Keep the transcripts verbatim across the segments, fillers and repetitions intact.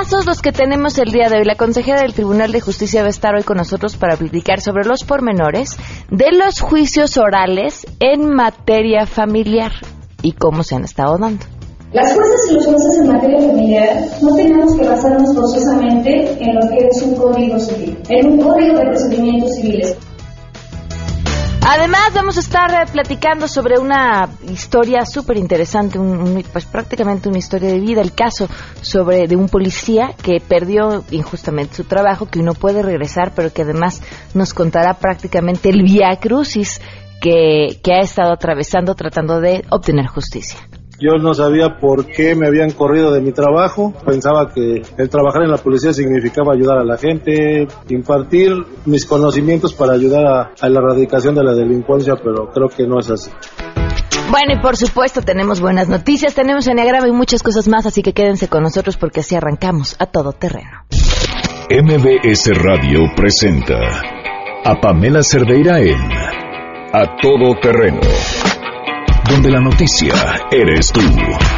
casos los que tenemos el día de hoy. La consejera del Tribunal de Justicia va a estar hoy con nosotros para platicar sobre los pormenores de los juicios orales en materia familiar y cómo se han estado dando. Las jueces y los jueces en materia familiar no tenemos que basarnos forzosamente en lo que es un código civil, en un código de procedimientos civiles. Además, vamos a estar platicando sobre una historia súper interesante, un, un, pues prácticamente una historia de vida, el caso sobre de un policía que perdió injustamente su trabajo, que no puede regresar, pero que además nos contará prácticamente el viacrucis que, que ha estado atravesando tratando de obtener justicia. Yo no sabía por qué me habían corrido de mi trabajo. Pensaba que el trabajar en la policía significaba ayudar a la gente, impartir mis conocimientos para ayudar a, a la erradicación de la delincuencia, pero creo que no es así. Bueno, y por supuesto tenemos buenas noticias, tenemos Enneagrama y muchas cosas más, así que quédense con nosotros porque así arrancamos a todo terreno. M B S Radio presenta a Pamela Cerdeira en A Todo Terreno, donde la noticia eres tú.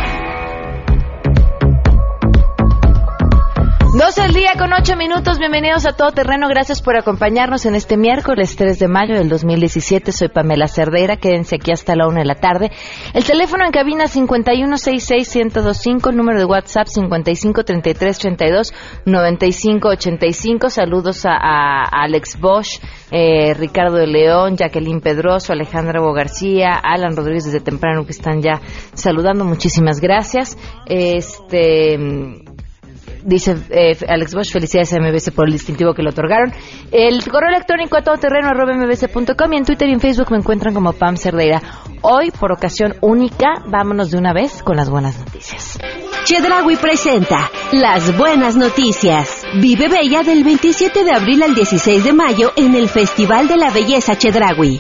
doce del día con ocho minutos, bienvenidos a Todo Terreno, gracias por acompañarnos en este miércoles tres de mayo del dos mil diecisiete, soy Pamela Cerdeira, quédense aquí hasta la una de la tarde. El teléfono en cabina cincuenta y uno sesenta y seis, ciento veinticinco, el número de WhatsApp cincuenta y cinco, treinta y tres, treinta y dos, noventa y cinco, ochenta y cinco, saludos a, a, a Alex Bosch, eh, Ricardo de León, Jacqueline Pedroso, Alejandra Bo García, Alan Rodríguez desde temprano que están ya saludando, muchísimas gracias. Este... Dice eh, Alex Bosch, felicidades a M B S por el distintivo que le otorgaron. El correo electrónico a todoterreno arroba m b s punto com y en Twitter y en Facebook me encuentran como Pam Cerdeira. Hoy, por ocasión única, vámonos de una vez con las buenas noticias. Chedraui presenta Las Buenas Noticias. Vive Bella del veintisiete de abril al dieciséis de mayo en el Festival de la Belleza Chedraui.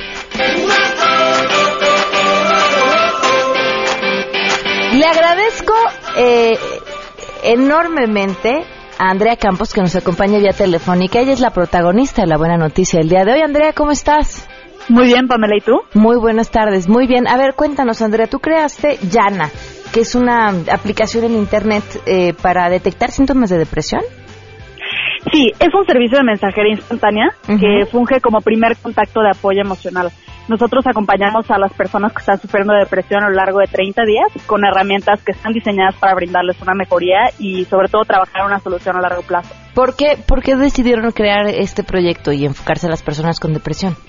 Le agradezco... Eh, enormemente a Andrea Campos, que nos acompaña vía telefónica. Ella es la protagonista de la buena noticia del día de hoy. Andrea, ¿cómo estás? Muy bien, Pamela, ¿y tú? Muy buenas tardes, muy bien. A ver, cuéntanos, Andrea, tú creaste Yana, que es una aplicación en internet eh, para detectar síntomas de depresión. Sí, es un servicio de mensajería instantánea uh-huh. que funge como primer contacto de apoyo emocional. Nosotros acompañamos a las personas que están sufriendo de depresión a lo largo de treinta días con herramientas que están diseñadas para brindarles una mejoría y sobre todo trabajar en una solución a largo plazo. ¿Por qué, por qué decidieron crear este proyecto y enfocarse a las personas con depresión?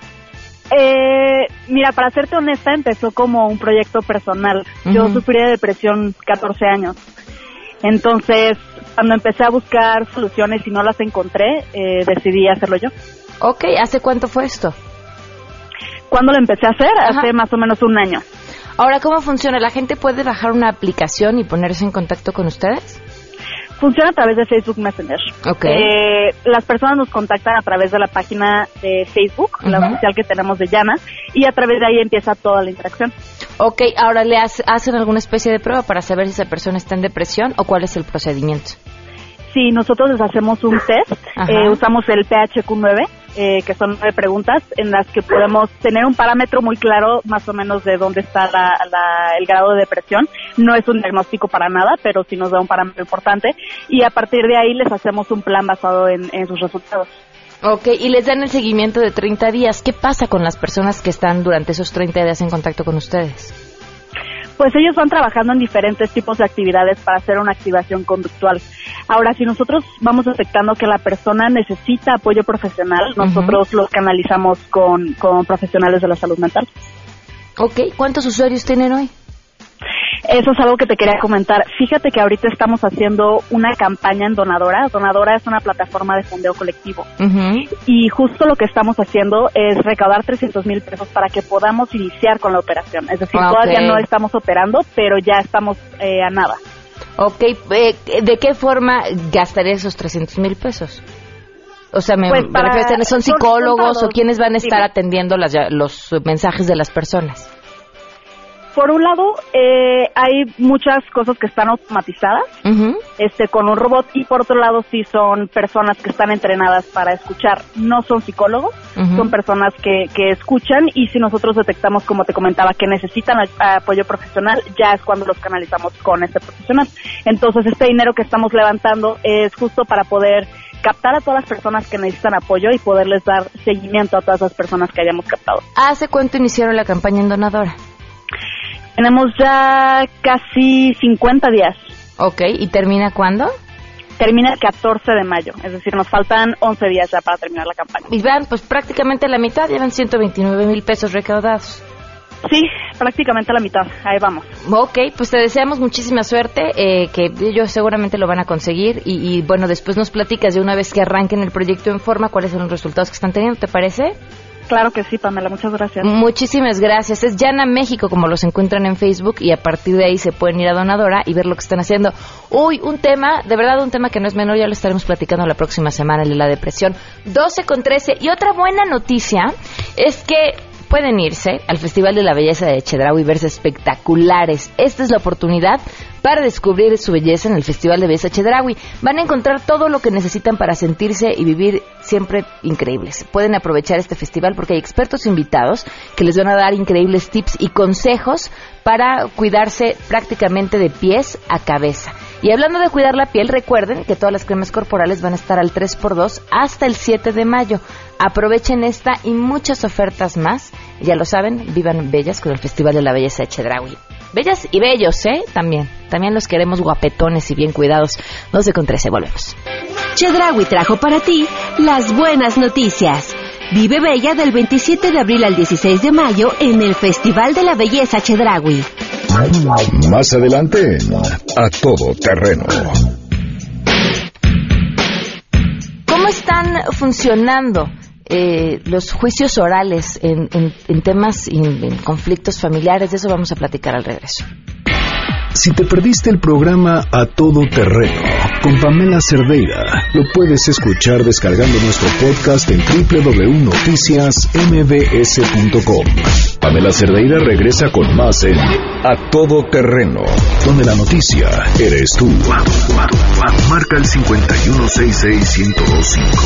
Eh, mira, para serte honesta, empezó como un proyecto personal. Uh-huh. Yo sufrí de depresión catorce años. Entonces, cuando empecé a buscar soluciones y no las encontré, eh, decidí hacerlo yo. Ok, ¿hace cuánto fue esto? ¿Cuándo lo empecé a hacer? Ajá. Hace más o menos un año. Ahora, ¿cómo funciona? ¿La gente puede bajar una aplicación y ponerse en contacto con ustedes? Funciona a través de Facebook Messenger. Okay. Eh, las personas nos contactan a través de la página de Facebook, uh-huh. la oficial que tenemos de Yana, y a través de ahí empieza toda la interacción. Ok, ahora, ¿le hace, hacen alguna especie de prueba para saber si esa persona está en depresión o cuál es el procedimiento? Sí, nosotros les hacemos un test, eh, usamos el P H Q nueve, eh, que son nueve preguntas en las que podemos tener un parámetro muy claro más o menos de dónde está la, la, el grado de depresión. No es un diagnóstico para nada, pero sí nos da un parámetro importante y a partir de ahí les hacemos un plan basado en, en sus resultados. Ok, y les dan el seguimiento de treinta días. ¿Qué pasa con las personas que están durante esos treinta días en contacto con ustedes? Pues ellos van trabajando en diferentes tipos de actividades para hacer una activación conductual. Ahora, si nosotros vamos detectando que la persona necesita apoyo profesional, nosotros uh-huh. los canalizamos con, con profesionales de la salud mental. Ok, ¿cuántos usuarios tienen hoy? Eso es algo que te quería comentar. Fíjate que ahorita estamos haciendo una campaña en Donadora. Donadora es una plataforma de fondeo colectivo. Uh-huh. Y justo lo que estamos haciendo es recaudar trescientos mil pesos para que podamos iniciar con la operación. Es decir, okay. todavía no estamos operando, pero ya estamos eh, a nada. Ok, eh, ¿de qué forma gastaría esos trescientos mil pesos? O sea, me, pues para, me refiero, ¿son psicólogos son o quiénes van a estar sí. atendiendo las, los mensajes de las personas? Por un lado, eh, hay muchas cosas que están automatizadas, uh-huh. este, con un robot, y por otro lado sí son personas que están entrenadas para escuchar. No son psicólogos, uh-huh. son personas que, que escuchan, y si nosotros detectamos, como te comentaba, que necesitan a- apoyo profesional, ya es cuando los canalizamos con este profesional. Entonces, este dinero que estamos levantando es justo para poder captar a todas las personas que necesitan apoyo y poderles dar seguimiento a todas las personas que hayamos captado. ¿Hace cuánto iniciaron la campaña en Donadora? Tenemos ya casi cincuenta días. Ok, ¿y termina cuándo? Termina el catorce de mayo, es decir, nos faltan once días ya para terminar la campaña. Y van, pues prácticamente la mitad, llevan ciento veintinueve mil pesos recaudados. Sí, prácticamente la mitad, ahí vamos. Ok, pues te deseamos muchísima suerte, eh, que ellos seguramente lo van a conseguir, y, y bueno, después nos platicas de una vez que arranquen el proyecto en forma, cuáles son los resultados que están teniendo, ¿te parece? Claro que sí, Pamela, muchas gracias. Muchísimas gracias. Es Yana México, como los encuentran en Facebook, y a partir de ahí se pueden ir a Donadora y ver lo que están haciendo. Uy, un tema, de verdad un tema que no es menor, ya lo estaremos platicando la próxima semana, el de la depresión. doce con trece. Y otra buena noticia es que pueden irse al Festival de la Belleza de Chedraui y verse espectaculares. Esta es la oportunidad para descubrir su belleza en el Festival de Belleza Chedraui. Van a encontrar todo lo que necesitan para sentirse y vivir siempre increíbles. Pueden aprovechar este festival porque hay expertos invitados que les van a dar increíbles tips y consejos para cuidarse prácticamente de pies a cabeza. Y hablando de cuidar la piel, recuerden que todas las cremas corporales van a estar al tres por dos hasta el siete de mayo. Aprovechen esta y muchas ofertas más. Ya lo saben, vivan bellas con el Festival de la Belleza de Chedraui. Bellas y bellos, ¿eh? También. También los queremos guapetones y bien cuidados. doce con trece, volvemos. Chedraui trajo para ti las buenas noticias. Vive bella del veintisiete de abril al dieciséis de mayo en el Festival de la Belleza Chedraui. Más adelante, A Todo Terreno. ¿Cómo están funcionando eh, los juicios orales en, en, en temas y en, en conflictos familiares? De eso vamos a platicar al regreso. Si te perdiste el programa A Todo Terreno con Pamela Cerdeira, lo puedes escuchar descargando nuestro podcast en doble u doble u doble u punto noticias eme be ese punto com. Pamela Cerdeira regresa con más en A Todo Terreno, donde la noticia eres tú. Marca el cincuenta y uno sesenta y seis, ciento veinticinco.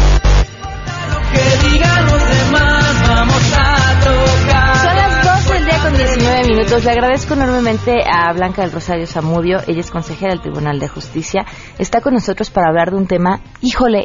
Que digan los demás, vamos a tocar. Son las doce del día con diecinueve minutos. Le agradezco enormemente a Blanca del Rosario Zamudio. Ella es consejera del Tribunal de Justicia. Está con nosotros para hablar de un tema, híjole,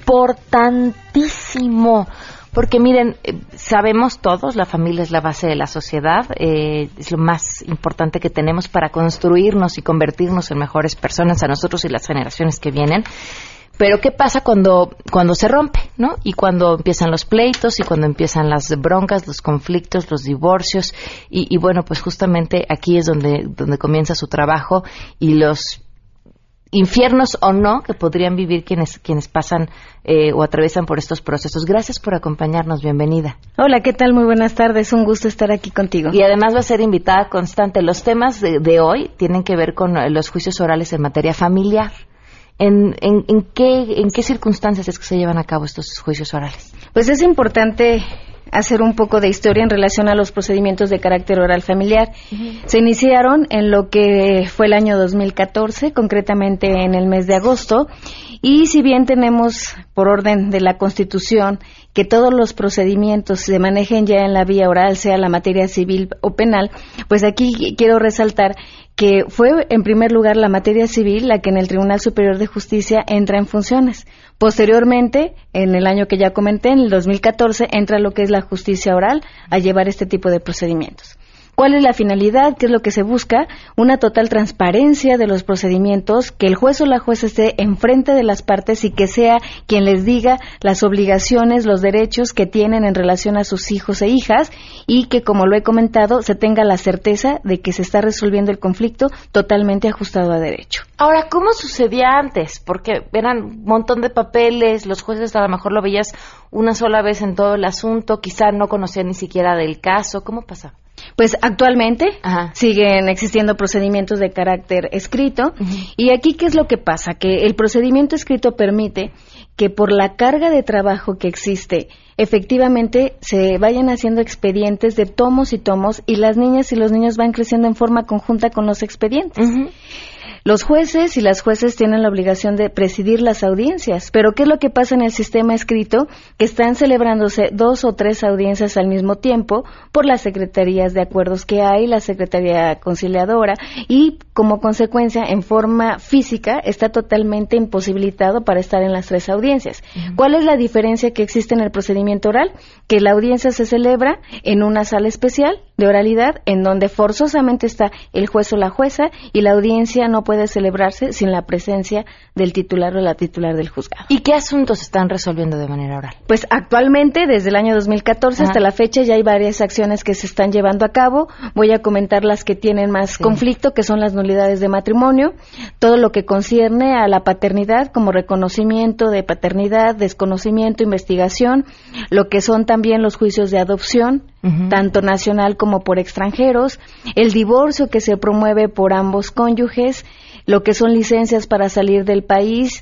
importantísimo. Porque miren, eh, sabemos todos, la familia es la base de la sociedad, eh, es lo más importante que tenemos para construirnos y convertirnos en mejores personas a nosotros y las generaciones que vienen. Pero ¿qué pasa cuando cuando se rompe, no? Y cuando empiezan los pleitos y cuando empiezan las broncas, los conflictos, los divorcios y, y bueno, pues justamente aquí es donde donde comienza su trabajo y los infiernos o no que podrían vivir quienes quienes pasan eh, o atraviesan por estos procesos. Gracias por acompañarnos, bienvenida. Hola, ¿qué tal? Muy buenas tardes, un gusto estar aquí contigo. Y además va a ser invitada constante. Los temas de, de hoy tienen que ver con los juicios orales en materia familiar. ¿En, en, en, qué, ¿En qué circunstancias es que se llevan a cabo estos juicios orales? Pues es importante hacer un poco de historia en relación a los procedimientos de carácter oral familiar. Uh-huh. Se iniciaron en lo que fue el año dos mil catorce, concretamente en el mes de agosto, y si bien tenemos por orden de la Constitución que todos los procedimientos se manejen ya en la vía oral, sea la materia civil o penal, pues aquí quiero resaltar que fue en primer lugar la materia civil la que en el Tribunal Superior de Justicia entra en funciones. Posteriormente, en el año que ya comenté, en el dos mil catorce, entra lo que es la justicia oral a llevar este tipo de procedimientos. ¿Cuál es la finalidad? ¿Qué es lo que se busca? Una total transparencia de los procedimientos, que el juez o la jueza esté enfrente de las partes y que sea quien les diga las obligaciones, los derechos que tienen en relación a sus hijos e hijas y que, como lo he comentado, se tenga la certeza de que se está resolviendo el conflicto totalmente ajustado a derecho. Ahora, ¿cómo sucedía antes? Porque eran un montón de papeles, los jueces a lo mejor lo veías una sola vez en todo el asunto, quizá no conocían ni siquiera del caso. ¿Cómo pasaba? Pues actualmente Ajá. siguen existiendo procedimientos de carácter escrito. Uh-huh. Y aquí, ¿qué es lo que pasa? Que el procedimiento escrito permite que por la carga de trabajo que existe, efectivamente se vayan haciendo expedientes de tomos y tomos, y las niñas y los niños van creciendo en forma conjunta con los expedientes. Uh-huh. Los jueces y las jueces tienen la obligación de presidir las audiencias, pero ¿qué es lo que pasa en el sistema escrito? Que están celebrándose dos o tres audiencias al mismo tiempo por las secretarías de acuerdos que hay, la secretaría conciliadora, y como consecuencia, en forma física, está totalmente imposibilitado para estar en las tres audiencias. Uh-huh. ¿Cuál es la diferencia que existe en el procedimiento oral? Que la audiencia se celebra en una sala especial de oralidad, en donde forzosamente está el juez o la jueza, y la audiencia no puede celebrarse sin la presencia del titular o la titular del juzgado. ¿Y qué asuntos están resolviendo de manera oral? Pues actualmente, desde el año dos mil catorce Ajá. hasta la fecha, ya hay varias acciones que se están llevando a cabo. Voy a comentar las que tienen más sí. conflicto, que son las nulidades de matrimonio, todo lo que concierne a la paternidad, como reconocimiento de paternidad, desconocimiento, investigación, lo que son también los juicios de adopción, uh-huh. tanto nacional como por extranjeros, el divorcio que se promueve por ambos cónyuges, lo que son licencias para salir del país,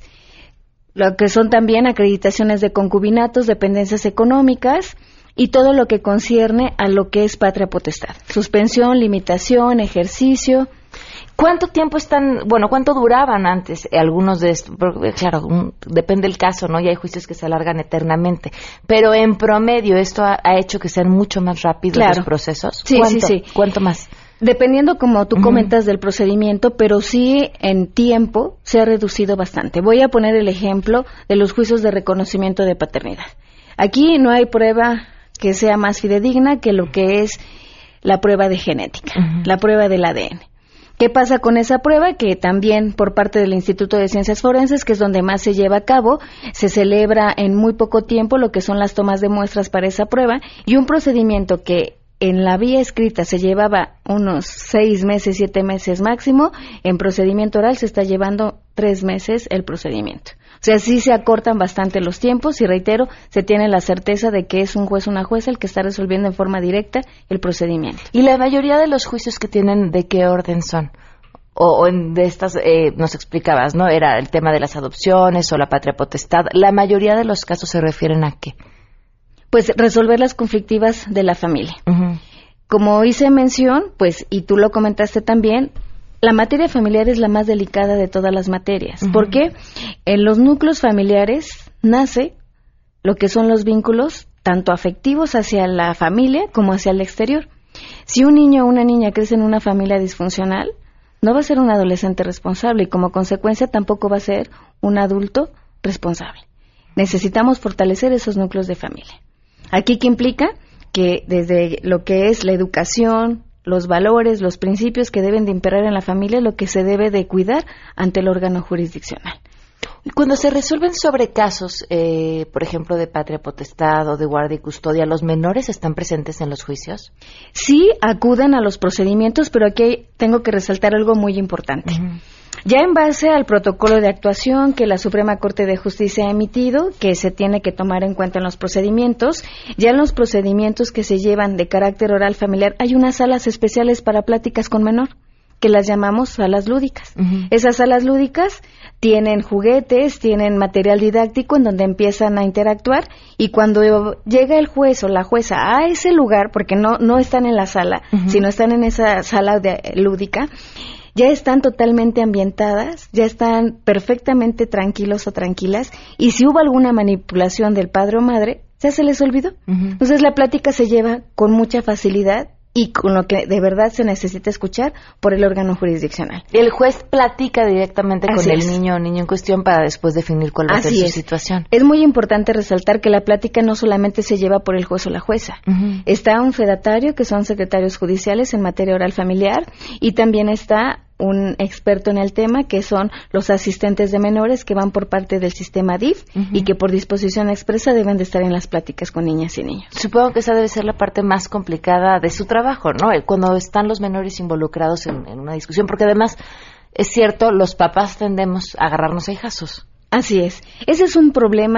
lo que son también acreditaciones de concubinatos, dependencias económicas, y todo lo que concierne a lo que es patria potestad, suspensión, limitación, ejercicio. ¿Cuánto tiempo están, bueno, cuánto duraban antes algunos de estos? Porque, claro, un, depende del caso, ¿no? Y hay juicios que se alargan eternamente. Pero en promedio, ¿esto ha, ha hecho que sean mucho más rápidos claro. los procesos? Sí, ¿Cuánto, sí, sí. ¿Cuánto más? Dependiendo, como tú uh-huh. comentas, del procedimiento, pero sí en tiempo se ha reducido bastante. Voy a poner el ejemplo de los juicios de reconocimiento de paternidad. Aquí no hay prueba que sea más fidedigna que lo que es la prueba de genética, uh-huh. la prueba del A D N. ¿Qué pasa con esa prueba? Que también por parte del Instituto de Ciencias Forenses, que es donde más se lleva a cabo, se celebra en muy poco tiempo lo que son las tomas de muestras para esa prueba, y un procedimiento que en la vía escrita se llevaba unos seis meses, siete meses máximo, en procedimiento oral se está llevando tres meses el procedimiento. O sea, sí se acortan bastante los tiempos, y reitero, se tiene la certeza de que es un juez o una jueza el que está resolviendo en forma directa el procedimiento. ¿Y la mayoría de los juicios que tienen, de qué orden son? O, o en de estas, eh, nos explicabas, ¿no? Era el tema de las adopciones o la patria potestad. ¿La mayoría de los casos se refieren a qué? Pues resolver las conflictivas de la familia. Uh-huh. Como hice mención, pues, y tú lo comentaste también, la materia familiar es la más delicada de todas las materias. Uh-huh. Porque en los núcleos familiares nace lo que son los vínculos, tanto afectivos hacia la familia como hacia el exterior. Si un niño o una niña crece en una familia disfuncional, no va a ser un adolescente responsable, y como consecuencia tampoco va a ser un adulto responsable. Necesitamos fortalecer esos núcleos de familia. Aquí, ¿qué implica? Que desde lo que es la educación, los valores, los principios que deben de imperar en la familia, lo que se debe de cuidar ante el órgano jurisdiccional. Cuando se resuelven sobre casos, eh, por ejemplo, de patria potestad o de guardia y custodia, ¿los menores están presentes en los juicios? Sí, acuden a los procedimientos, pero aquí tengo que resaltar algo muy importante. Uh-huh. Ya en base al protocolo de actuación que la Suprema Corte de Justicia ha emitido, que se tiene que tomar en cuenta en los procedimientos, ya en los procedimientos que se llevan de carácter oral familiar hay unas salas especiales para pláticas con menor, que las llamamos salas lúdicas. Uh-huh. Esas salas lúdicas tienen juguetes, tienen material didáctico en donde empiezan a interactuar, y cuando llega el juez o la jueza a ese lugar, porque no, no están en la sala, uh-huh. sino están en esa sala de, lúdica, ya están totalmente ambientadas, ya están perfectamente tranquilos o tranquilas, y si hubo alguna manipulación del padre o madre, ya se les olvidó. Uh-huh. Entonces la plática se lleva con mucha facilidad y con lo que de verdad se necesita escuchar por el órgano jurisdiccional. El juez platica directamente Así con el es. niño o niño en cuestión para después definir cuál va Así a ser su es. situación. Es muy importante resaltar que la plática no solamente se lleva por el juez o la jueza. Uh-huh. Está un fedatario, que son secretarios judiciales en materia oral familiar, y también está un experto en el tema, que son los asistentes de menores, que van por parte del sistema D I F, uh-huh. y que por disposición expresa deben de estar en las pláticas con niñas y niños. Supongo que esa debe ser la parte más complicada de su trabajo, ¿no? Cuando están los menores involucrados en, en una discusión, porque además, es cierto, los papás tendemos a agarrarnos a hijazos. Así es. Ese es un problema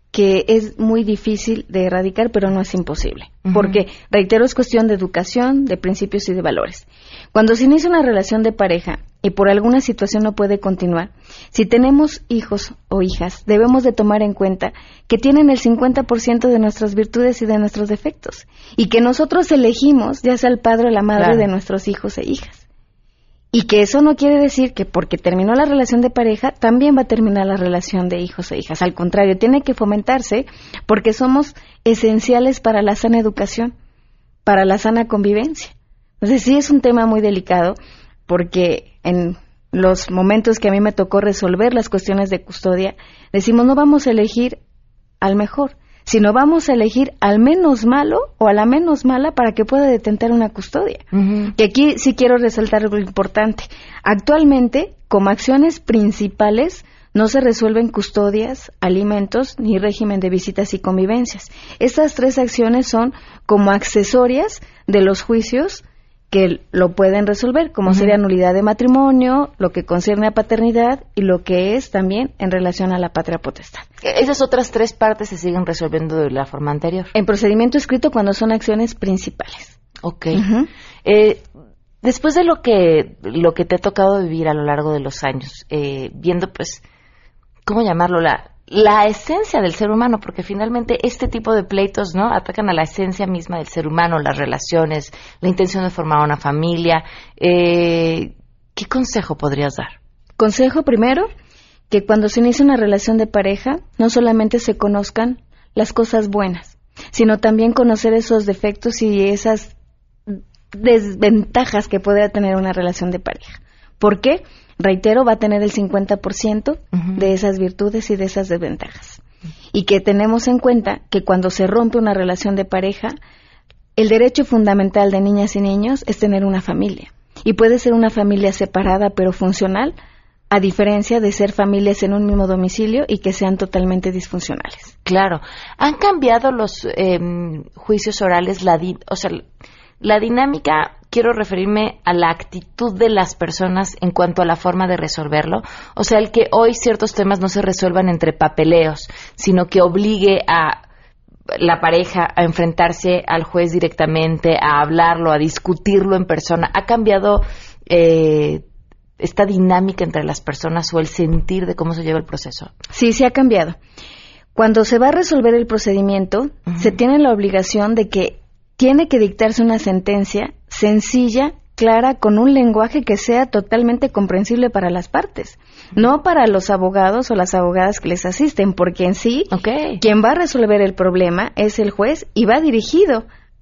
que es muy difícil de erradicar, pero no es imposible. Uh-huh. Porque, reitero, es cuestión de educación, de principios y de valores. Cuando se inicia una relación de pareja y por alguna situación no puede continuar, si tenemos hijos o hijas, debemos de tomar en cuenta que tienen el cincuenta por ciento de nuestras virtudes y de nuestros defectos, y que nosotros elegimos, ya sea el padre o la madre, claro, de nuestros hijos e hijas. Y que eso no quiere decir que porque terminó la relación de pareja, también va a terminar la relación de hijos e hijas. Al contrario, tiene que fomentarse porque somos esenciales para la sana educación, para la sana convivencia. Entonces sí es un tema muy delicado porque en los momentos que a mí me tocó resolver las cuestiones de custodia, decimos no vamos a elegir al mejor, sino vamos a elegir al menos malo o a la menos mala para que pueda detentar una custodia. Uh-huh. Que aquí sí quiero resaltar algo importante. Actualmente, como acciones principales, no se resuelven custodias, alimentos, ni régimen de visitas y convivencias. Estas tres acciones son como accesorias de los juicios que lo pueden resolver, como uh-huh. sería nulidad de matrimonio, lo que concierne a paternidad y lo que es también en relación a la patria potestad. Esas otras tres partes se siguen resolviendo de la forma anterior. En procedimiento escrito cuando son acciones principales. Ok. Uh-huh. Eh, después de lo que lo que te ha tocado vivir a lo largo de los años, eh, viendo pues, ¿cómo llamarlo? La la esencia del ser humano, porque finalmente este tipo de pleitos, ¿no?, atacan a la esencia misma del ser humano, las relaciones, la intención de formar una familia. Eh, ¿Qué consejo podrías dar? Consejo primero, que cuando se inicia una relación de pareja, no solamente se conozcan las cosas buenas, sino también conocer esos defectos y esas desventajas que podría tener una relación de pareja. ¿Por qué? Reitero, va a tener el cincuenta por ciento uh-huh. de esas virtudes y de esas desventajas. Uh-huh. Y que tenemos en cuenta que cuando se rompe una relación de pareja, el derecho fundamental de niñas y niños es tener una familia. Y puede ser una familia separada pero funcional, a diferencia de ser familias en un mismo domicilio y que sean totalmente disfuncionales. Claro. ¿Han cambiado los eh, juicios orales, la di- o sea, la dinámica? Quiero referirme a la actitud de las personas en cuanto a la forma de resolverlo. O sea, el que hoy ciertos temas no se resuelvan entre papeleos, sino que obligue a la pareja a enfrentarse al juez directamente, a hablarlo, a discutirlo en persona. ¿Ha cambiado eh, esta dinámica entre las personas o el sentir de cómo se lleva el proceso? Sí, sí ha cambiado. Cuando se va a resolver el procedimiento, uh-huh. se tiene la obligación de que tiene que dictarse una sentencia sencilla, clara, con un lenguaje que sea totalmente comprensible para las partes, no para los abogados o las abogadas que les asisten, porque en sí, okay. quien va a resolver el problema es el juez y va dirigido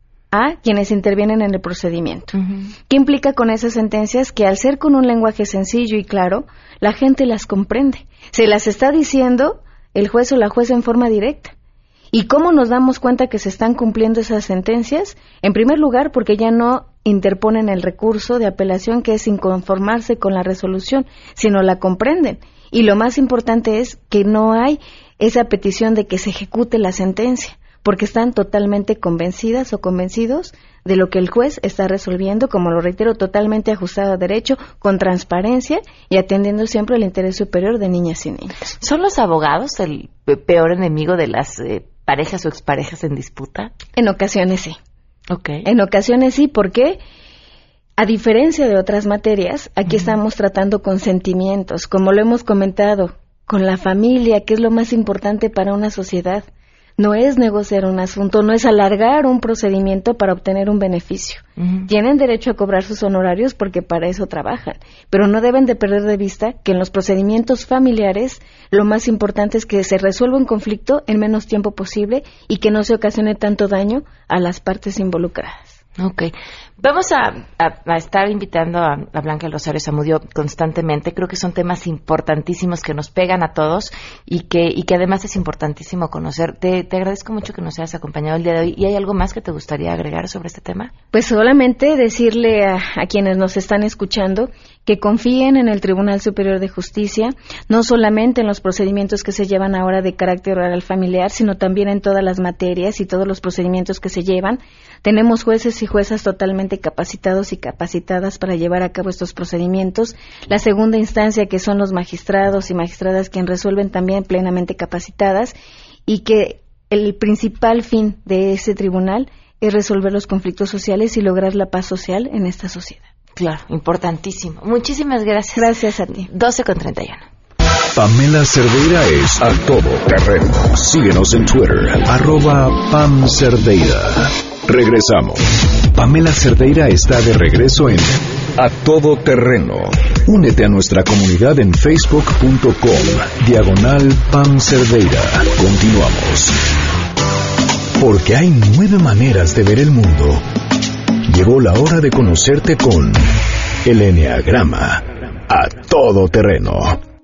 a quienes intervienen en el procedimiento. Uh-huh. ¿Qué implica con esas sentencias? Que al ser con un lenguaje sencillo y claro, la gente las comprende. Se las está diciendo el juez o la jueza en forma directa. ¿Y cómo nos damos cuenta que se están cumpliendo esas sentencias? En primer lugar, porque ya no interponen el recurso de apelación, que es inconformarse con la resolución, sino la comprenden. Y lo más importante es que no hay esa petición de que se ejecute la sentencia, porque están totalmente convencidas o convencidos de lo que el juez está resolviendo, como lo reitero, totalmente ajustado a derecho, con transparencia y atendiendo siempre el interés superior de niñas y niños. ¿Son los abogados el peor enemigo de las eh, parejas o exparejas en disputa? En ocasiones sí. Okay. En ocasiones sí, porque a diferencia de otras materias, aquí uh-huh. estamos tratando con sentimientos, como lo hemos comentado, con la familia, que es lo más importante para una sociedad. No es negociar un asunto, no es alargar un procedimiento para obtener un beneficio. Uh-huh. Tienen derecho a cobrar sus honorarios porque para eso trabajan, pero no deben de perder de vista que en los procedimientos familiares lo más importante es que se resuelva un conflicto en menos tiempo posible y que no se ocasione tanto daño a las partes involucradas. Ok. Vamos a, a, a estar invitando a, a Blanca del Rosario Zamudio constantemente. Creo que son temas importantísimos que nos pegan a todos y que y que además es importantísimo conocer. Te, te agradezco mucho que nos hayas acompañado el día de hoy. ¿Y hay algo más que te gustaría agregar sobre este tema? Pues solamente decirle a, a quienes nos están escuchando que confíen en el Tribunal Superior de Justicia, no solamente en los procedimientos que se llevan ahora de carácter oral familiar, sino también en todas las materias y todos los procedimientos que se llevan. Tenemos jueces y juezas totalmente capacitados y capacitadas para llevar a cabo estos procedimientos. La segunda instancia, que son los magistrados y magistradas quienes resuelven, también plenamente capacitadas. y que el principal fin de ese tribunal es resolver los conflictos sociales y lograr la paz social en esta sociedad. Claro, importantísimo. Muchísimas gracias. Gracias a ti. doce con treinta y uno. Pamela Cerdeira es a todo terreno. Síguenos en Twitter, arroba Pam Cerdeira. Regresamos. Pamela Cerdeira está de regreso en A Todo Terreno. Únete a nuestra comunidad en facebook punto com, diagonal Pam Cerdeira. Continuamos. Porque hay nueve maneras de ver el mundo. Llegó la hora de conocerte con el Enneagrama. A Todo Terreno.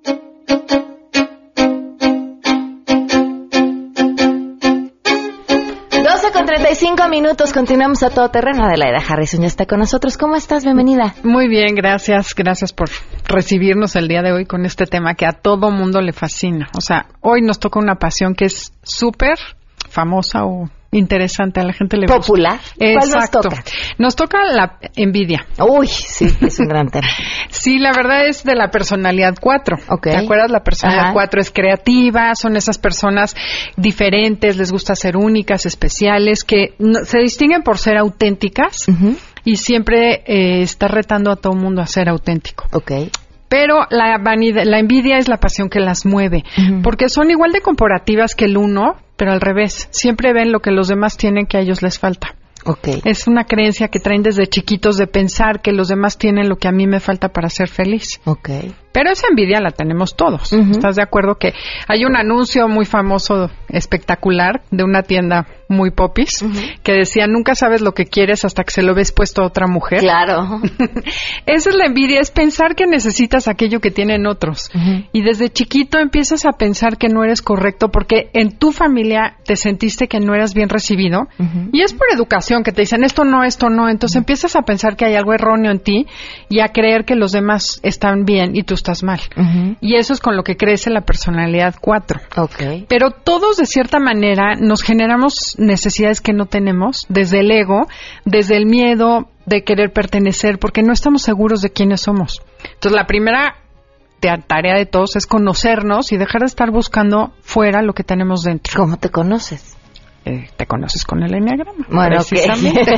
Con treinta y cinco minutos, continuamos a todo terreno. Adelaida Harrison ya está con nosotros. ¿Cómo estás? Bienvenida. Muy bien, gracias. Gracias por recibirnos el día de hoy con este tema que a todo mundo le fascina. O sea, hoy nos toca una pasión que es súper famosa o interesante, a la gente le gusta. Popular. ¿Cuál Exacto. nos toca? Nos toca la envidia. Uy, sí, es un gran tema. Sí, la verdad es de la personalidad cuatro. Okay. ¿Te acuerdas? La personalidad Ajá. cuatro es creativa, son esas personas diferentes, les gusta ser únicas, especiales, que no, se distinguen por ser auténticas uh-huh. y siempre eh, está retando a todo mundo a ser auténtico. Okay. Pero la vanidad, la envidia es la pasión que las mueve, uh-huh. porque son igual de comparativas que el uno, pero al revés. Siempre ven lo que los demás tienen que a ellos les falta. Okay. Es una creencia que traen desde chiquitos de pensar que los demás tienen lo que a mí me falta para ser feliz. Okay. Pero esa envidia la tenemos todos. Uh-huh. ¿Estás de acuerdo que hay un anuncio muy famoso, espectacular, de una tienda muy popis, uh-huh. que decía, nunca sabes lo que quieres hasta que se lo ves puesto a otra mujer? Claro. Esa es la envidia, es pensar que necesitas aquello que tienen otros. Uh-huh. Y desde chiquito empiezas a pensar que no eres correcto porque en tu familia te sentiste que no eras bien recibido. Uh-huh. Y es por educación que te dicen esto no, esto no. Entonces uh-huh. empiezas a pensar que hay algo erróneo en ti y a creer que los demás están bien y tú estás mal. Uh-huh. Y eso es con lo que crece la personalidad cuatro. Okay. Pero todos, de cierta manera, nos generamos necesidades que no tenemos, desde el ego, desde el miedo de querer pertenecer, porque no estamos seguros de quiénes somos. Entonces, la primera tarea de todos es conocernos y dejar de estar buscando fuera lo que tenemos dentro. ¿Cómo te conoces? Eh, te conoces con el enneagrama. Bueno, precisamente.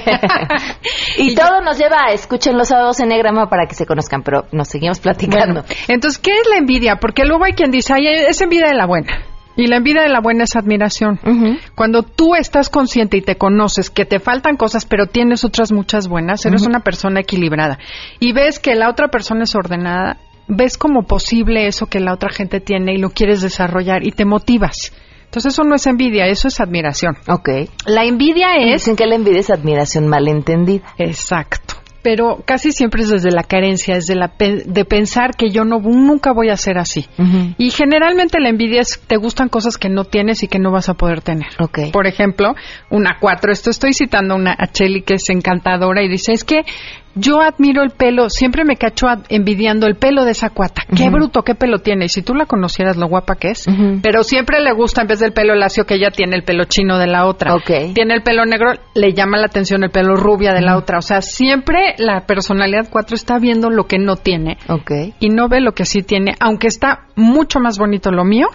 y, y todo nos lleva a escuchen los sábados enneagrama para que se conozcan, pero nos seguimos platicando. Bueno, entonces, ¿qué es la envidia? Porque luego hay quien dice, ay, es envidia de la buena. Y la envidia de la buena es admiración. Uh-huh. Cuando tú estás consciente y te conoces que te faltan cosas, pero tienes otras muchas buenas, eres uh-huh. una persona equilibrada. Y ves que la otra persona es ordenada, ves como posible eso que la otra gente tiene y lo quieres desarrollar y te motivas. Entonces eso no es envidia, eso es admiración. Okay. La envidia es... Dicen que la envidia es admiración malentendida. Exacto. Pero casi siempre es desde la carencia, desde la pe- de pensar que yo no nunca voy a ser así. Uh-huh. Y generalmente la envidia es te gustan cosas que no tienes y que no vas a poder tener. Okay. Por ejemplo, una cuatro. Esto estoy citando una a Cheli que es encantadora y dice, es que yo admiro el pelo, siempre me cacho ad- envidiando el pelo de esa cuata. Uh-huh. Qué bruto, qué pelo tiene. Y si tú la conocieras lo guapa que es, uh-huh. pero siempre le gusta en vez del pelo lacio que ella tiene el pelo chino de la otra. Okay. Tiene el pelo negro, le llama la atención el pelo rubia de uh-huh. la otra. O sea, siempre la personalidad cuatro está viendo lo que no tiene. Okay. Y no ve lo que sí tiene. Aunque está mucho más bonito lo mío,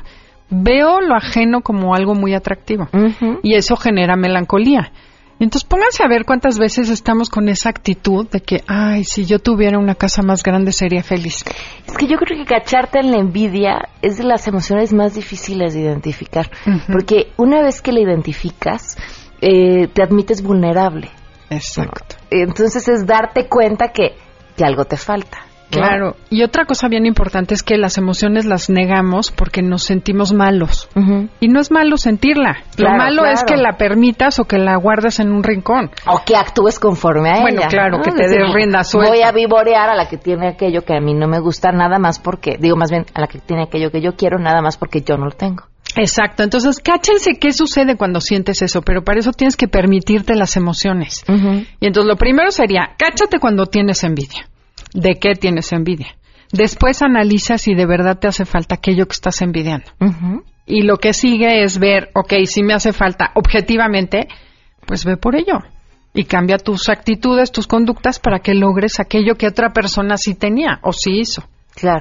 veo lo ajeno como algo muy atractivo. Uh-huh. Y eso genera melancolía. Entonces pónganse a ver cuántas veces estamos con esa actitud de que, ay, si yo tuviera una casa más grande sería feliz. Es que yo creo que cacharte en la envidia es de las emociones más difíciles de identificar. Uh-huh. Porque una vez que la identificas, eh, te admites vulnerable. Exacto. Entonces es darte cuenta que, que algo te falta. Claro, y otra cosa bien importante es que las emociones las negamos porque nos sentimos malos. Uh-huh. Y no es malo sentirla. Claro, Lo malo claro. es que la permitas o que la guardes en un rincón. O que actúes conforme a bueno, ella. Bueno, claro, ¿no? que te des rienda suelta. Voy a vivorear a la que tiene aquello que a mí no me gusta nada más porque, digo más bien, a la que tiene aquello que yo quiero nada más porque yo no lo tengo. Exacto, entonces cáchense qué sucede cuando sientes eso, pero para eso tienes que permitirte las emociones. Uh-huh. Y entonces lo primero sería, cáchate cuando tienes envidia. ¿De qué tienes envidia? Después analiza si de verdad te hace falta aquello que estás envidiando. Uh-huh. Y lo que sigue es ver, ok, si me hace falta objetivamente, pues ve por ello. Y cambia tus actitudes, tus conductas para que logres aquello que otra persona sí tenía o sí hizo. Claro.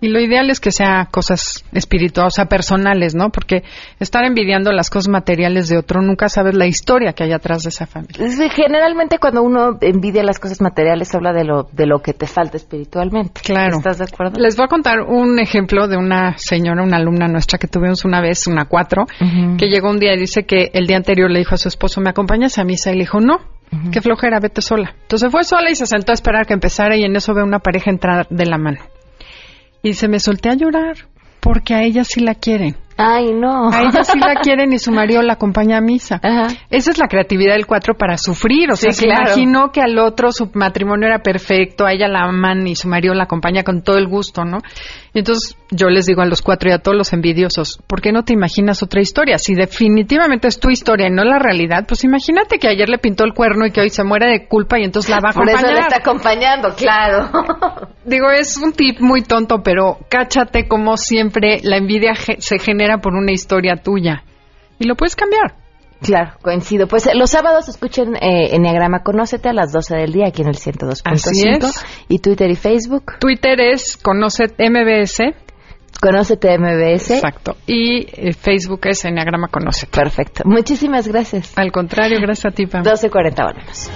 Y lo ideal es que sea cosas espirituales, o sea, personales, ¿no? Porque estar envidiando las cosas materiales de otro, nunca sabes la historia que hay atrás de esa familia. Sí, generalmente cuando uno envidia las cosas materiales, habla de lo de lo que te falta espiritualmente. Claro. ¿Estás de acuerdo? Les voy a contar un ejemplo de una señora, una alumna nuestra que tuvimos una vez, una cuatro, uh-huh. que llegó un día y dice que el día anterior le dijo a su esposo, ¿me acompañas a misa? Y le dijo, no. Uh-huh. Qué flojera, vete sola. Entonces fue sola y se sentó a esperar que empezara y en eso ve una pareja entrar de la mano. Y se me solté a llorar porque a ella sí la quieren. Ay, no. A ella sí la quieren y su marido la acompaña a misa. Ajá. Esa es la creatividad del cuatro para sufrir. O sea, sí, se claro. imaginó que al otro su matrimonio era perfecto, a ella la aman y su marido la acompaña con todo el gusto, ¿no? Y entonces yo les digo a los cuatro y a todos los envidiosos, ¿por qué no te imaginas otra historia? Si definitivamente es tu historia y no la realidad, pues imagínate que ayer le pintó el cuerno y que hoy se muere de culpa y entonces la va a acompañar. Por eso la está acompañando, claro. Digo, es un tip muy tonto, pero cáchate como siempre la envidia ge- se genera por una historia tuya y lo puedes cambiar. Claro, coincido. Pues eh, los sábados escuchen eh, Enneagrama Conócete a las doce del día aquí en el ciento dos punto cinco. ¿Y Twitter y Facebook? Twitter es Conócete M B S. Conócete M B S. Exacto. Y eh, Facebook es Enneagrama Conócete. Perfecto. Muchísimas gracias. Al contrario, gracias a ti, Pam. doce cuarenta, volvemos.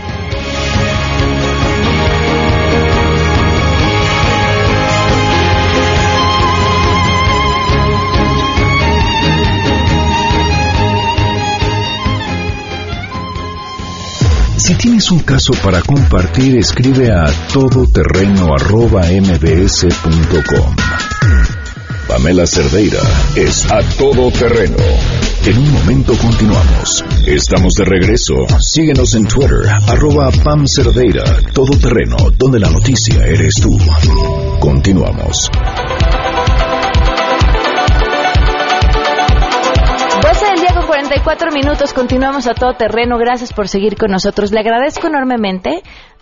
Si tienes un caso para compartir, escribe a todoterreno arroba m b s punto com. Pamela Cerdeira es A Todo Terreno. En un momento continuamos. Estamos de regreso. Síguenos en Twitter, arroba Pam Cerdeira. Todo Terreno, donde la noticia eres tú. Continuamos. doce del día con cuarenta y cuatro minutos, continuamos a Todo Terreno, gracias por seguir con nosotros. Le agradezco enormemente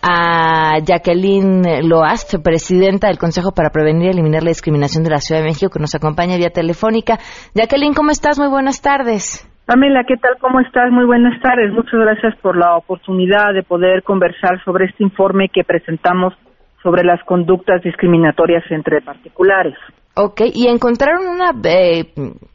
a Jacqueline Loast, presidenta del Consejo para Prevenir y Eliminar la Discriminación de la Ciudad de México, que nos acompaña vía telefónica. Jacqueline, ¿cómo estás? Muy buenas tardes. Pamela, ¿qué tal? ¿Cómo estás? Muy buenas tardes. Muchas gracias por la oportunidad de poder conversar sobre este informe que presentamos sobre las conductas discriminatorias entre particulares. Ok, ¿y encontraron una eh,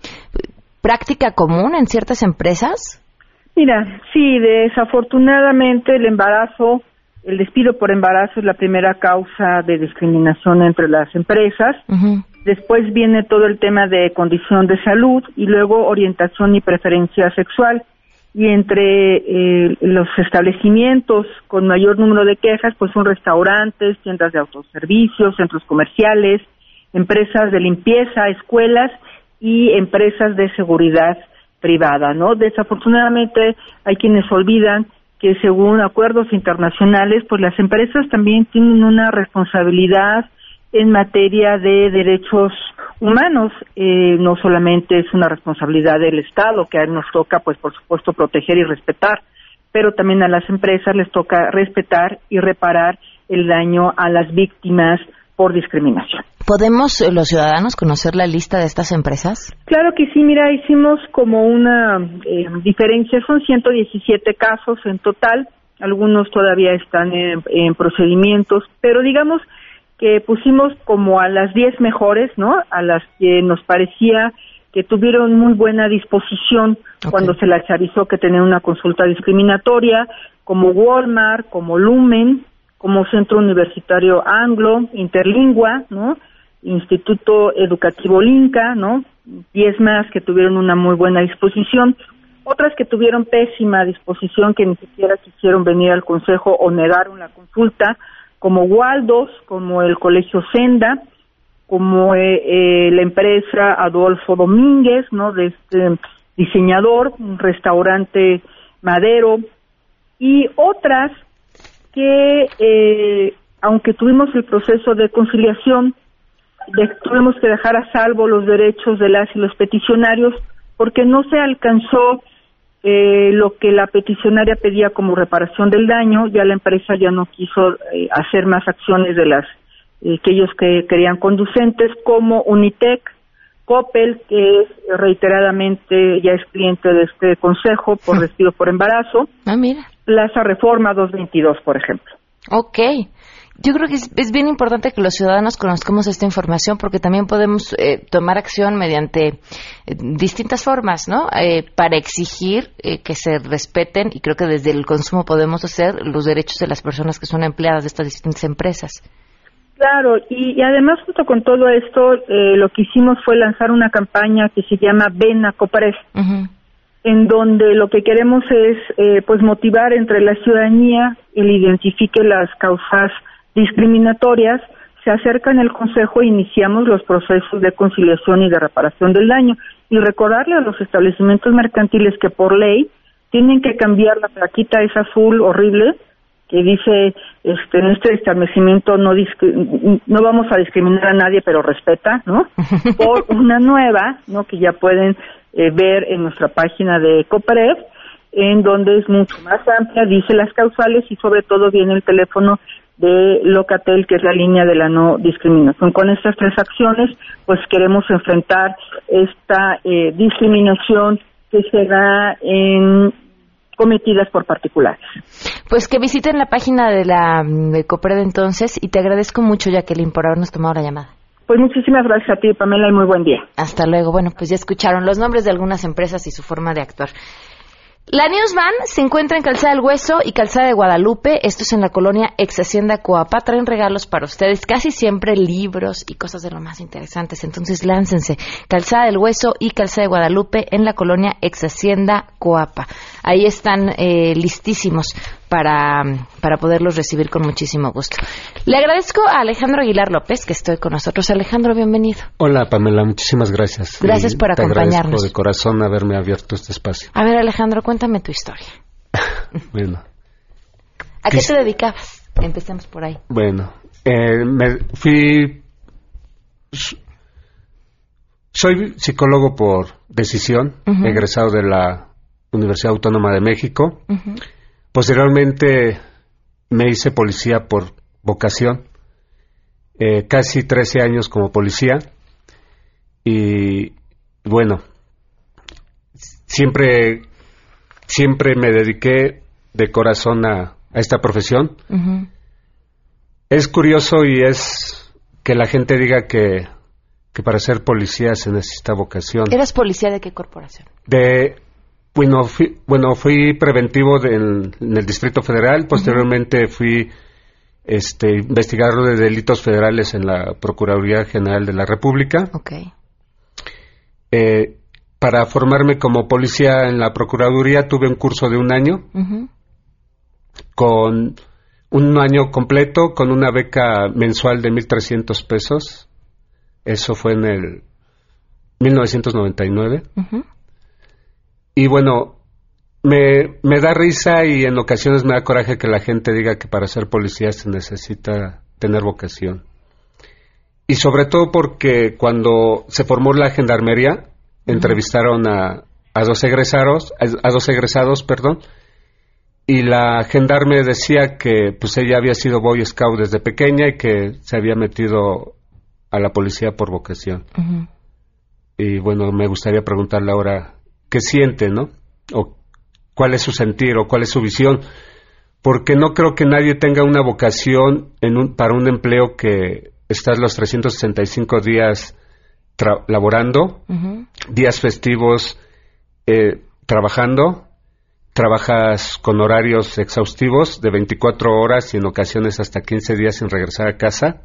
práctica común en ciertas empresas? Mira, sí, desafortunadamente el embarazo, el despido por embarazo es la primera causa de discriminación entre las empresas. Uh-huh. Después viene todo el tema de condición de salud y luego orientación y preferencia sexual. Y entre eh, los establecimientos con mayor número de quejas, pues son restaurantes, tiendas de autoservicios, centros comerciales, empresas de limpieza, escuelas y empresas de seguridad privada, ¿no? Desafortunadamente hay quienes olvidan que según acuerdos internacionales, pues las empresas también tienen una responsabilidad en materia de derechos humanos. Eh, no solamente es una responsabilidad del Estado, que a él nos toca, pues por supuesto, proteger y respetar, pero también a las empresas les toca respetar y reparar el daño a las víctimas por discriminación. ¿Podemos eh, los ciudadanos conocer la lista de estas empresas? Claro que sí, mira, hicimos como una eh, diferencia, son ciento diecisiete casos en total, algunos todavía están en, en procedimientos, pero digamos que pusimos como a las diez mejores, ¿no? A las que nos parecía que tuvieron muy buena disposición okay. cuando se les avisó que tenían una consulta discriminatoria, como Walmart, como Lumen, como Centro Universitario Anglo, Interlingua, ¿no? Instituto Educativo Linca, ¿no? Diez más que tuvieron una muy buena disposición, otras que tuvieron pésima disposición, que ni siquiera quisieron venir al consejo o negaron la consulta, como Waldos, como el Colegio Senda, como eh, eh, la empresa Adolfo Domínguez, ¿no? De este diseñador, un restaurante Madero, y otras que, eh, aunque tuvimos el proceso de conciliación, de, tuvimos que dejar a salvo los derechos de las y los peticionarios, porque no se alcanzó eh, lo que la peticionaria pedía como reparación del daño. Ya la empresa ya no quiso eh, hacer más acciones de las eh, que ellos que querían conducentes, como Unitec, Coppel, que es reiteradamente ya es cliente de este consejo por despido por embarazo. Ah, mira. Plaza Reforma doscientos veintidós, por ejemplo. Ok. Yo creo que es, es bien importante que los ciudadanos conozcamos esta información porque también podemos eh, tomar acción mediante eh, distintas formas, ¿no? Eh, para exigir eh, que se respeten, y creo que desde el consumo podemos hacer los derechos de las personas que son empleadas de estas distintas empresas. Claro, y, y además junto con todo esto, eh, lo que hicimos fue lanzar una campaña que se llama Ven a Coparef, uh-huh. en donde lo que queremos es eh, pues motivar entre la ciudadanía, el identifique las causas discriminatorias, se acerca en el Consejo e iniciamos los procesos de conciliación y de reparación del daño, y recordarle a los establecimientos mercantiles que por ley tienen que cambiar la plaquita esa azul horrible que dice, este, en este establecimiento no discri- no vamos a discriminar a nadie, pero respeta, ¿no? Por una nueva, ¿no? Que ya pueden eh, ver en nuestra página de Coparef, en donde es mucho más amplia, dice las causales y sobre todo viene el teléfono de Locatel, que es la línea de la no discriminación. Con estas tres acciones, pues queremos enfrentar esta eh, discriminación que se da en cometidas por particulares. Pues que visiten la página de la de Coparef entonces, y te agradezco mucho, Jacqueline, por habernos tomado la llamada. Pues muchísimas gracias a ti, Pamela, y muy buen día. Hasta luego. Bueno, pues ya escucharon los nombres de algunas empresas y su forma de actuar. La Newsman se encuentra en Calzada del Hueso y Calzada de Guadalupe. Esto es en la colonia Ex Hacienda Coapa. Traen regalos para ustedes, casi siempre libros y cosas de lo más interesantes. Entonces láncense. Calzada del Hueso y Calzada de Guadalupe en la colonia Ex Hacienda Coapa. Ahí están eh, listísimos para, para poderlos recibir con muchísimo gusto. Le agradezco a Alejandro Aguilar López que estoy con nosotros. Alejandro, bienvenido. Hola, Pamela, muchísimas gracias. Gracias y por te acompañarnos. Agradezco de corazón haberme abierto este espacio. A ver, Alejandro, cuéntame tu historia. Bueno. ¿A qué te dedicabas? Empecemos por ahí. Bueno, eh, me fui... Soy psicólogo por decisión, uh-huh. egresado de la Universidad Autónoma de México. Uh-huh. Posteriormente me hice policía por vocación, eh, casi trece años como policía, y bueno, siempre, siempre me dediqué de corazón a, a esta profesión. Uh-huh. Es curioso y es que la gente diga que, que para ser policía se necesita vocación. ¿Eras policía de qué corporación? De... Bueno, fui, bueno, fui preventivo de, en, en el Distrito Federal, posteriormente uh-huh. fui este, investigador de delitos federales en la Procuraduría General de la República. Okay. Eh, para formarme como policía en la Procuraduría tuve un curso de un año, uh-huh. con un año completo, con una beca mensual de mil trescientos pesos. Eso fue en el mil novecientos noventa y nueve. Uh-huh. Y bueno, me, me da risa y en ocasiones me da coraje que la gente diga que para ser policía se necesita tener vocación. Y sobre todo porque cuando se formó la gendarmería, uh-huh. entrevistaron a, a dos egresados, a, a dos egresados, perdón, y la gendarme decía que pues ella había sido Boy Scout desde pequeña y que se había metido a la policía por vocación. Uh-huh. Y bueno, me gustaría preguntarle ahora qué siente, ¿no? O cuál es su sentir o cuál es su visión, porque no creo que nadie tenga una vocación en un, para un empleo que estás los trescientos sesenta y cinco días tra- laborando, uh-huh. días festivos eh, trabajando, trabajas con horarios exhaustivos de veinticuatro horas y en ocasiones hasta quince días sin regresar a casa.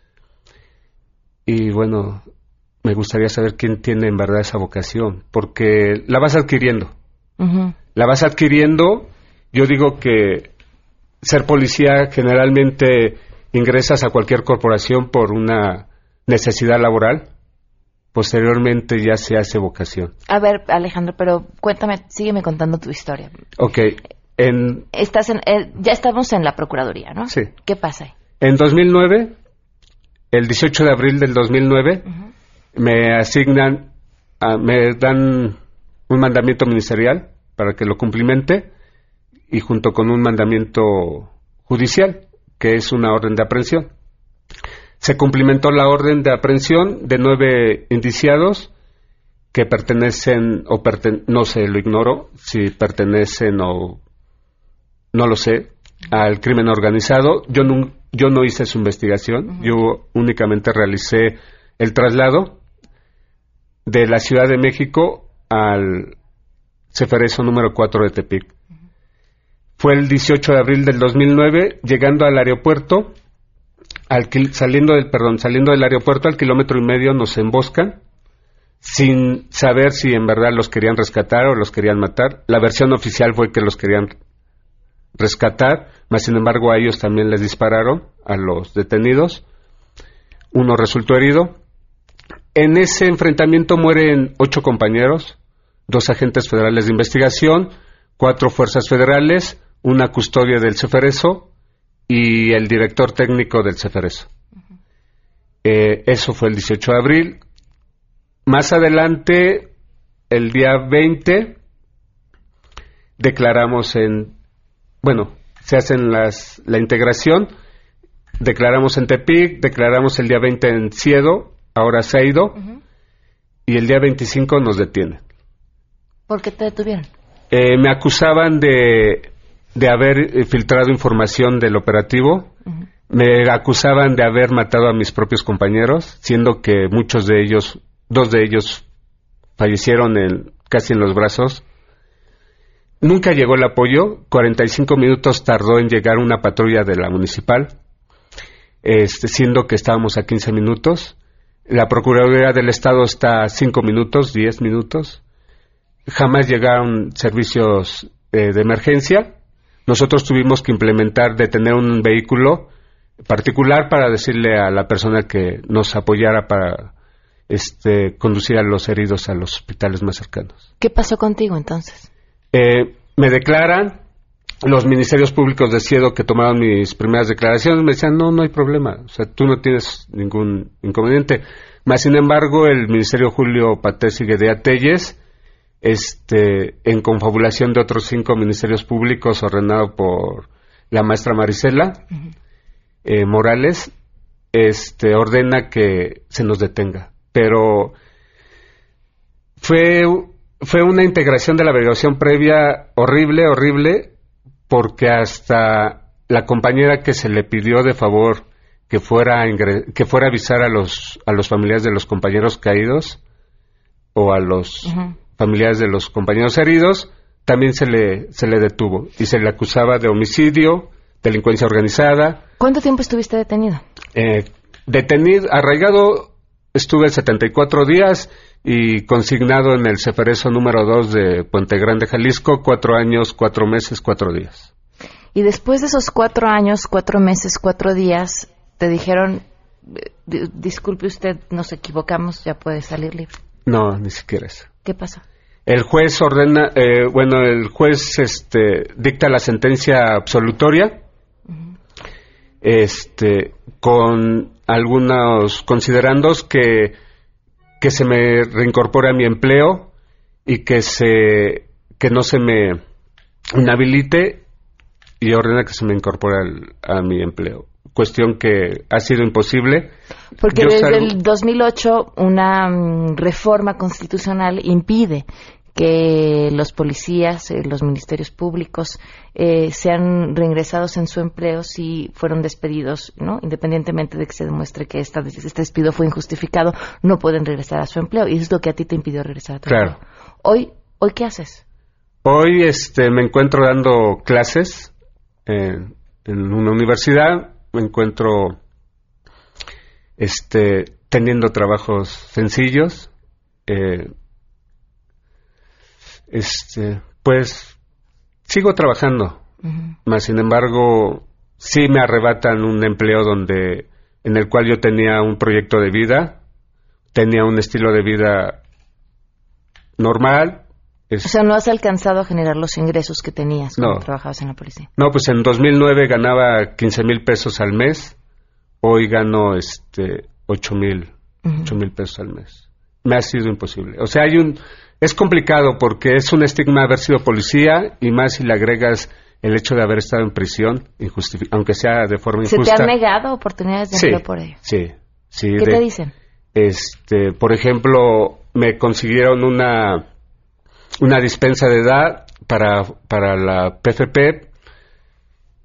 Y bueno, me gustaría saber quién tiene en verdad esa vocación, porque la vas adquiriendo. Uh-huh. La vas adquiriendo. Yo digo que ser policía generalmente ingresas a cualquier corporación por una necesidad laboral. Posteriormente ya se hace vocación. A ver, Alejandro, pero cuéntame, sígueme contando tu historia. Ok. En, Estás en, eh, ya estamos en la Procuraduría, ¿no? Sí. ¿Qué pasa ahí? En dos mil nueve, el dieciocho de abril del dos mil nueve, uh-huh. me asignan, a, me dan un mandamiento ministerial para que lo cumplimente y junto con un mandamiento judicial, que es una orden de aprehensión. Se cumplimentó la orden de aprehensión de nueve indiciados que pertenecen, o perten- no sé, lo ignoro, si pertenecen o no lo sé, al crimen organizado. Yo, nun- yo no hice su investigación, uh-huh. yo únicamente realicé el traslado de la Ciudad de México al Ceferezo número cuatro de Tepic. Uh-huh. Fue el dieciocho de abril del dos mil nueve, llegando al aeropuerto, al, saliendo del, perdón, saliendo del aeropuerto al kilómetro y medio nos emboscan, sin saber si en verdad los querían rescatar o los querían matar. La versión oficial fue que los querían rescatar, mas sin embargo a ellos también les dispararon, a los detenidos. Uno resultó herido. En ese enfrentamiento mueren ocho compañeros, dos agentes federales de investigación, cuatro fuerzas federales, una custodia del Ceferezo y el director técnico del Ceferezo. Uh-huh. Eh, eso fue el dieciocho de abril. Más adelante, el día veinte, declaramos en, bueno, se hacen las, la integración, declaramos en Tepic, declaramos el día veinte en Ciedo, ahora se ha ido, uh-huh. y el día veinticinco nos detienen. ¿Por qué te detuvieron? Eh, me acusaban de, de haber filtrado información del operativo, uh-huh. me acusaban de haber matado a mis propios compañeros, siendo que muchos de ellos... Dos de ellos fallecieron en, casi en los brazos. Nunca llegó el apoyo. cuarenta y cinco minutos tardó en llegar una patrulla de la municipal, este, siendo que estábamos a quince minutos. La Procuraduría del Estado está a cinco minutos, diez minutos. Jamás llegaron servicios eh, de emergencia. Nosotros tuvimos que implementar, detener un vehículo particular para decirle a la persona que nos apoyara para... Este, conducir a los heridos a los hospitales más cercanos. ¿Qué pasó contigo entonces? Eh, me declaran, los ministerios públicos de Ciedo que tomaron mis primeras declaraciones me decían, no, no hay problema, o sea, tú no tienes ningún inconveniente. Mas, sin embargo, el Ministerio Julio Patés y Guedea Telles, este, en confabulación de otros cinco ministerios públicos ordenado por la maestra Marisela uh-huh. eh, Morales, este, ordena que se nos detenga. Pero fue, fue una integración de la averiguación previa horrible, horrible, porque hasta la compañera que se le pidió de favor que fuera a ingre- que fuera a avisar a los a los familiares de los compañeros caídos o a los uh-huh. familiares de los compañeros heridos, también se le se le detuvo y se le acusaba de homicidio, delincuencia organizada. ¿Cuánto tiempo estuviste detenido? Eh, detenido, arraigado estuve setenta y cuatro días y consignado en el Ceferezo número dos de Puente Grande, Jalisco, cuatro años, cuatro meses, cuatro días. Y después de esos cuatro años, cuatro meses, cuatro días, te dijeron, disculpe usted, nos equivocamos, ya puede salir libre. No, ni siquiera eso. ¿Qué pasó? El juez ordena, eh, bueno, el juez este, dicta la sentencia absolutoria, uh-huh. este, con algunos considerandos que, que se me reincorpore a mi empleo y que se que no se me inhabilite y ordena que se me incorpore al, a mi empleo. Cuestión que ha sido imposible. Porque Yo desde salgo... el dos mil ocho una um, reforma constitucional impide que los policías, eh, los ministerios públicos eh, sean reingresados en su empleo si fueron despedidos, ¿no? Independientemente de que se demuestre que esta, este despido fue injustificado, no pueden regresar a su empleo y es lo que a ti te impidió regresar a tu claro. empleo. Hoy, hoy ¿qué haces? Hoy este, me encuentro dando clases eh, en una universidad, me encuentro este, teniendo trabajos sencillos. Eh, Este, pues sigo trabajando, uh-huh. mas sin embargo sí me arrebatan un empleo donde en el cual yo tenía un proyecto de vida, tenía un estilo de vida normal. Es... O sea, no has alcanzado a generar los ingresos que tenías cuando no. trabajabas en la policía. No, pues en dos mil nueve ganaba quince mil pesos al mes, hoy gano este ocho mil, uh-huh. ocho mil pesos al mes. Me ha sido imposible. O sea, hay un Es complicado porque es un estigma haber sido policía y más si le agregas el hecho de haber estado en prisión, injustific- aunque sea de forma injusta. ¿Se te han negado oportunidades de sí, empleo por ello? Sí, sí. ¿Qué de, te dicen? Este, por ejemplo, me consiguieron una una dispensa de edad para para la P F P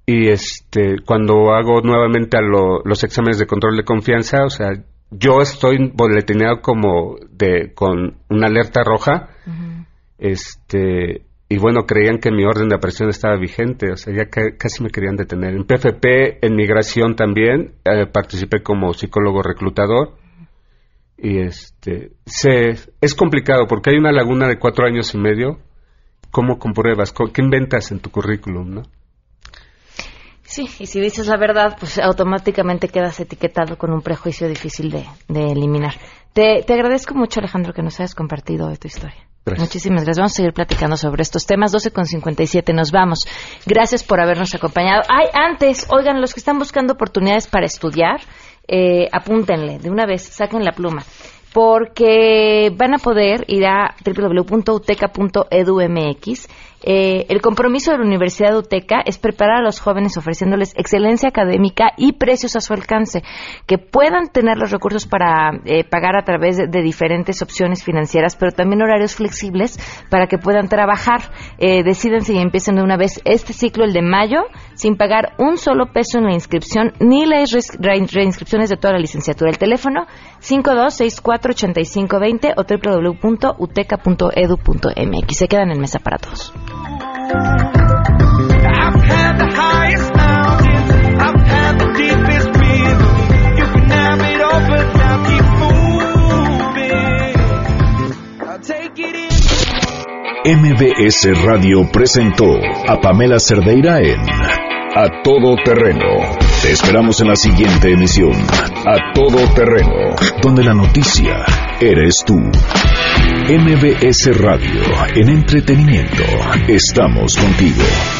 y este cuando hago nuevamente a lo, los exámenes de control de confianza, o sea, yo estoy boletineado como de con una alerta roja, uh-huh. este y bueno, creían que mi orden de aprehensión estaba vigente, o sea, ya ca- casi me querían detener. En P F P, en migración también, eh, participé como psicólogo reclutador, y este se, es complicado porque hay una laguna de cuatro años y medio. ¿Cómo compruebas? ¿Qué inventas en tu currículum, no? Sí, y si dices la verdad, pues automáticamente quedas etiquetado con un prejuicio difícil de, de eliminar. Te, te agradezco mucho, Alejandro, que nos hayas compartido tu historia. Gracias. Muchísimas gracias. Vamos a seguir platicando sobre estos temas. doce con cincuenta y siete, nos vamos. Gracias por habernos acompañado. Ay, antes, oigan, los que están buscando oportunidades para estudiar, eh, apúntenle de una vez, saquen la pluma, porque van a poder ir a doble u doble u doble u punto uteca punto e d u m x. Eh, el compromiso de la Universidad de Uteca es preparar a los jóvenes ofreciéndoles excelencia académica y precios a su alcance, que puedan tener los recursos para eh, pagar a través de, de diferentes opciones financieras, pero también horarios flexibles para que puedan trabajar. Eh, decídense y empiecen de una vez este ciclo, el de mayo, sin pagar un solo peso en la inscripción ni las re- reinscripciones de toda la licenciatura. El teléfono cinco dos seis cuatro ocho cinco dos cero o doble u doble u doble u punto uteca punto e d u punto m x. Se quedan en mesa para todos. I've had the highest mountains, I've had the deepest river. You can have it all, but now keep moving. I'll take it in. M B S Radio presentó a Pamela Cerdeira en A Todo Terreno. Te esperamos en la siguiente emisión, A Todo Terreno, donde la noticia eres tú. M B S Radio, en entretenimiento, estamos contigo.